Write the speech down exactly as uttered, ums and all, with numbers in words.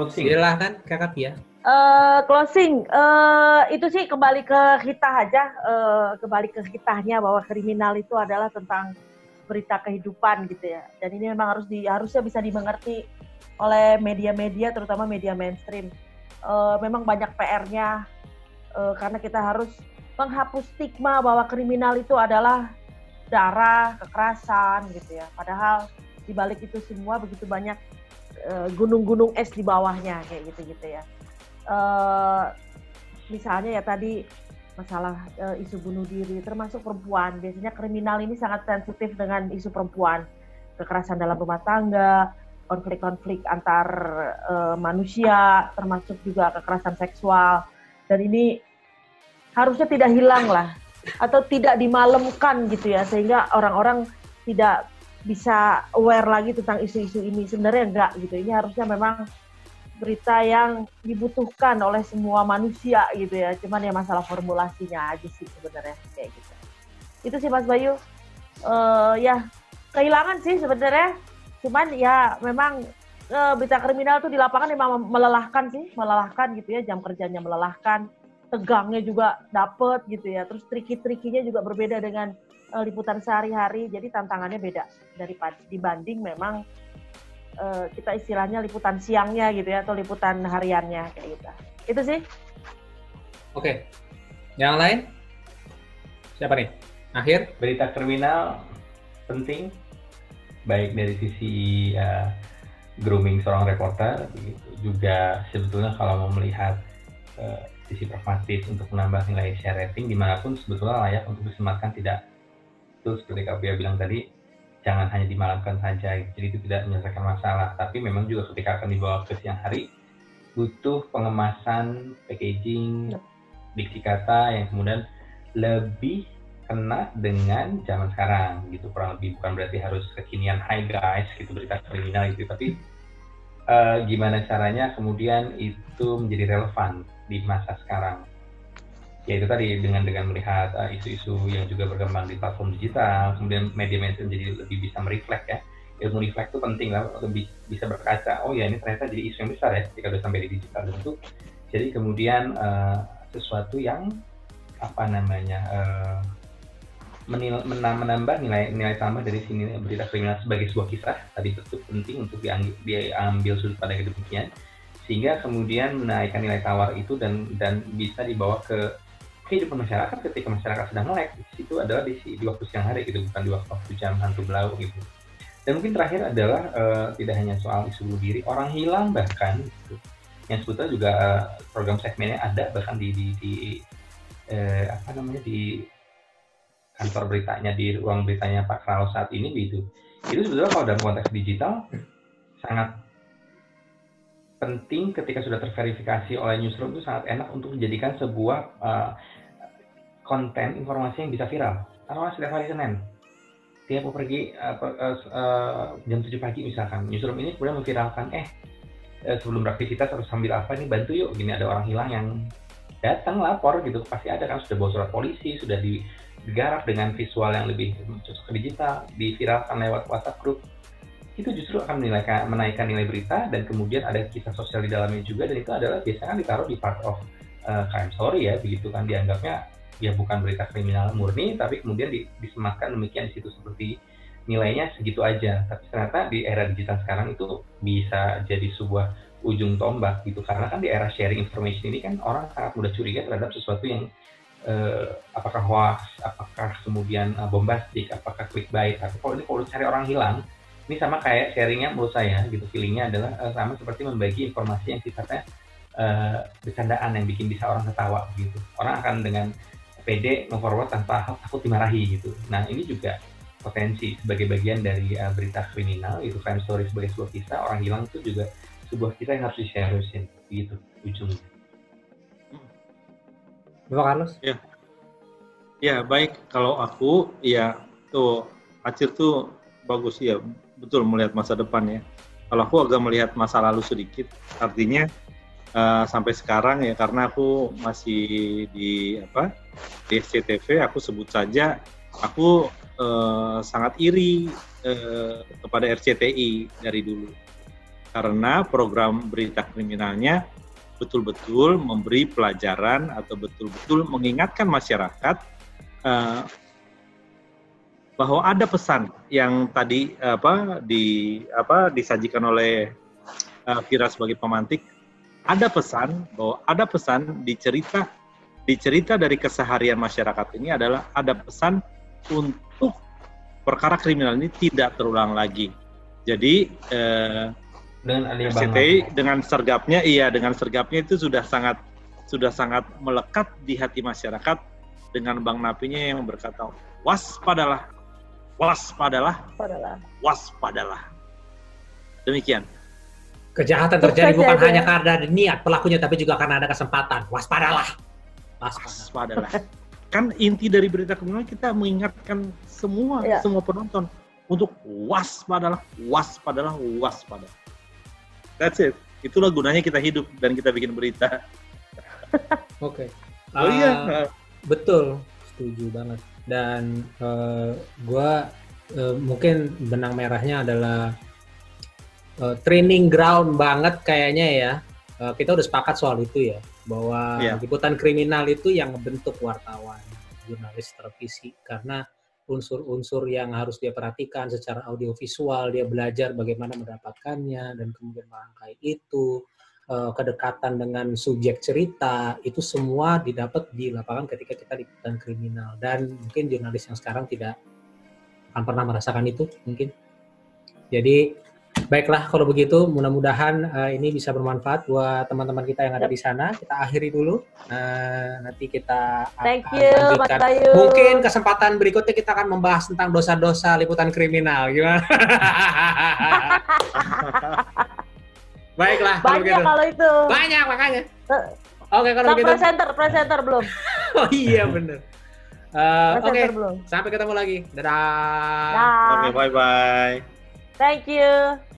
closing. Silahkan Kakak Pia. Uh, closing, uh, itu sih kembali ke kita aja, uh, kembali ke kitanya bahwa kriminal itu adalah tentang berita kehidupan gitu ya. Dan ini memang harus di, harusnya bisa dimengerti oleh media-media, terutama media mainstream. Uh, memang banyak P R-nya, uh, karena kita harus menghapus stigma bahwa kriminal itu adalah darah, kekerasan gitu ya. Padahal di balik itu semua begitu banyak uh, gunung-gunung es di bawahnya kayak gitu-gitu ya. Uh, misalnya ya tadi masalah uh, isu bunuh diri termasuk perempuan, biasanya kriminal ini sangat sensitif dengan isu perempuan, kekerasan dalam rumah tangga, konflik-konflik antar uh, manusia, termasuk juga kekerasan seksual, dan ini harusnya tidak hilang lah atau tidak dimalemkan gitu ya, sehingga orang-orang tidak bisa aware lagi tentang isu-isu ini. Sebenarnya enggak gitu, ini harusnya memang berita yang dibutuhkan oleh semua manusia gitu ya, cuman ya masalah formulasinya aja sih sebenarnya kayak gitu. Itu sih Mas Bayu, uh, ya kehilangan sih sebenarnya, cuman ya memang uh, berita kriminal tuh di lapangan memang melelahkan sih, melelahkan gitu ya, jam kerjanya melelahkan, tegangnya juga dapet gitu ya, terus triki-trikinya juga berbeda dengan uh, liputan sehari-hari, jadi tantangannya beda daripada dibanding memang Uh, kita istilahnya liputan siangnya gitu ya, atau liputan hariannya kayak gitu. Itu sih. Oke. Yang lain? Siapa nih? Akhir? Berita kriminal penting, baik dari sisi uh, grooming seorang reporter, begitu. Juga sebetulnya kalau mau melihat uh, sisi pragmatis untuk menambah nilai share rating, dimanapun sebetulnya layak untuk disematkan, tidak itu seperti Kak Bia bilang tadi, jangan hanya dimalamkan saja, jadi itu tidak menyelesaikan masalah. Tapi memang juga ketika akan dibawa ke siang hari, butuh pengemasan, packaging, diksi kata yang kemudian lebih kena dengan zaman sekarang, gitu kurang lebih. Bukan berarti harus kekinian, hi guys, gitu berita kriminal itu, tapi uh, gimana caranya kemudian itu menjadi relevan di masa sekarang. Ya itu tadi, dengan dengan melihat uh, isu-isu yang juga berkembang di platform digital, kemudian media mainstream jadi lebih bisa mereflek ya. Ilmu refleks itu penting lah, lebih bisa berkaca, oh ya ini ternyata jadi isu yang besar ya ketika sudah sampai di digital, dan itu jadi kemudian uh, sesuatu yang apa namanya uh, menil, menam, menambah nilai nilai tambah dari sini berita kriminal sebagai sebuah kisah. Tadi itu penting untuk diambil, diambil sudut pandang demikian, sehingga kemudian menaikkan nilai tawar itu dan dan bisa dibawa ke kehidupan masyarakat ketika masyarakat sedang melek. Itu adalah di, di waktu siang hari gitu, bukan di waktu jam hantu belau gitu. Dan mungkin terakhir adalah uh, tidak hanya soal isu bunuh diri, orang hilang bahkan gitu. Yang sebetulnya juga uh, program segmennya ada bahkan di di, di eh, apa namanya di kantor beritanya, di ruang beritanya Pak Kraus saat ini gitu. Itu sebetulnya kalau dalam konteks digital sangat penting, ketika sudah terverifikasi oleh newsroom itu sangat enak untuk menjadikan sebuah uh, konten informasi yang bisa viral. Karena setiap hari Senin dia mau pergi uh, uh, uh, jam tujuh pagi misalkan, newsroom ini kemudian memviralkan, eh uh, sebelum beraktivitas harus sambil apa nih, bantu yuk, gini ada orang hilang, yang datang lapor gitu, pasti ada kan, sudah bawa surat polisi, sudah digarap dengan visual yang lebih cocok ke digital, diviralkan lewat WhatsApp group. Itu justru akan menaikkan, menaikkan nilai berita, dan kemudian ada kisah sosial di dalamnya juga, dan itu adalah biasanya kan ditaruh di part of uh, crime story ya, begitu kan, dianggapnya ya bukan berita kriminal murni, tapi kemudian di, disematkan demikian di situ, seperti nilainya segitu aja. Tapi ternyata di era digital sekarang itu bisa jadi sebuah ujung tombak gitu, karena kan di era sharing information ini kan orang sangat mudah curiga terhadap sesuatu yang uh, apakah hoax, apakah kemudian uh, bombastik, apakah clickbait. Tapi kalau ini kalau cari orang hilang, ini sama kayak sharingnya menurut saya gitu, feelingnya adalah uh, sama seperti membagi informasi yang sifatnya uh, bercandaan yang bikin bisa orang ketawa gitu. Orang akan dengan pede nge-forward tanpa takut dimarahi gitu. Nah ini juga potensi sebagai bagian dari uh, berita kriminal, itu crime story sebagai sebuah kisah, orang hilang itu juga sebuah kisah yang harus di-share-in gitu ujungnya. Bapak Carlos? Ya, ya baik, kalau aku ya tuh Acir tuh bagus ya, betul melihat masa depan ya. Kalau aku agak melihat masa lalu sedikit, artinya uh, sampai sekarang ya, karena aku masih di apa di S C T V, aku sebut saja aku uh, sangat iri uh, kepada R C T I dari dulu. karena program berita kriminalnya betul-betul memberi pelajaran atau betul-betul mengingatkan masyarakat uh, bahwa ada pesan yang tadi apa di apa disajikan oleh uh, Vira sebagai pemantik, ada pesan bahwa ada pesan di cerita di cerita dari keseharian masyarakat ini adalah ada pesan untuk perkara kriminal ini tidak terulang lagi. Jadi uh, Dengan adanya R C Bang T I Napi. dengan sergapnya, iya dengan sergapnya itu sudah sangat sudah sangat melekat di hati masyarakat dengan Bang Napinya yang berkata waspadalah, waspadalah, Padahal. waspadalah. Demikian. Kejahatan Sukses terjadi ya, bukan Bang. hanya karena niat pelakunya, tapi juga karena ada kesempatan. Waspadalah. Waspada. Waspadalah. Kan inti dari berita kriminal kita mengingatkan semua Iya. semua penonton untuk waspadalah, waspadalah, waspadalah. That's it. Itulah gunanya kita hidup dan kita bikin berita. Oke. Oh Ah, iya. Betul, setuju banget. Dan eh, gua eh, mungkin benang merahnya adalah eh, training ground banget kayaknya ya. Eh, kita udah sepakat soal itu ya, bahwa Iya. liputan kriminal itu yang membentuk wartawan, jurnalis televisi, karena unsur-unsur yang harus dia perhatikan secara audiovisual, dia belajar bagaimana mendapatkannya dan kemudian merangkai itu, eh, kedekatan dengan subjek cerita, itu semua didapat di lapangan ketika kita liputan kriminal. Dan mungkin jurnalis yang sekarang tidak akan pernah merasakan itu mungkin. Jadi baiklah kalau begitu, mudah-mudahan eh, ini bisa bermanfaat buat teman-teman kita yang ada di sana. Kita akhiri dulu. Eh, nanti kita Thank akan you, Mas lanjutkan. Bayu. Mungkin kesempatan berikutnya kita akan membahas tentang dosa-dosa liputan kriminal. Gimana? Baiklah kalau Banyak begitu. kalau itu. Banyak makanya. Eh, Oke kalau Sama begitu. presenter, presenter belum. Oh iya bener. Eh, Oke, Presenter belum. sampai ketemu lagi. Dadah. Nah, Oke, bye bye. thank you.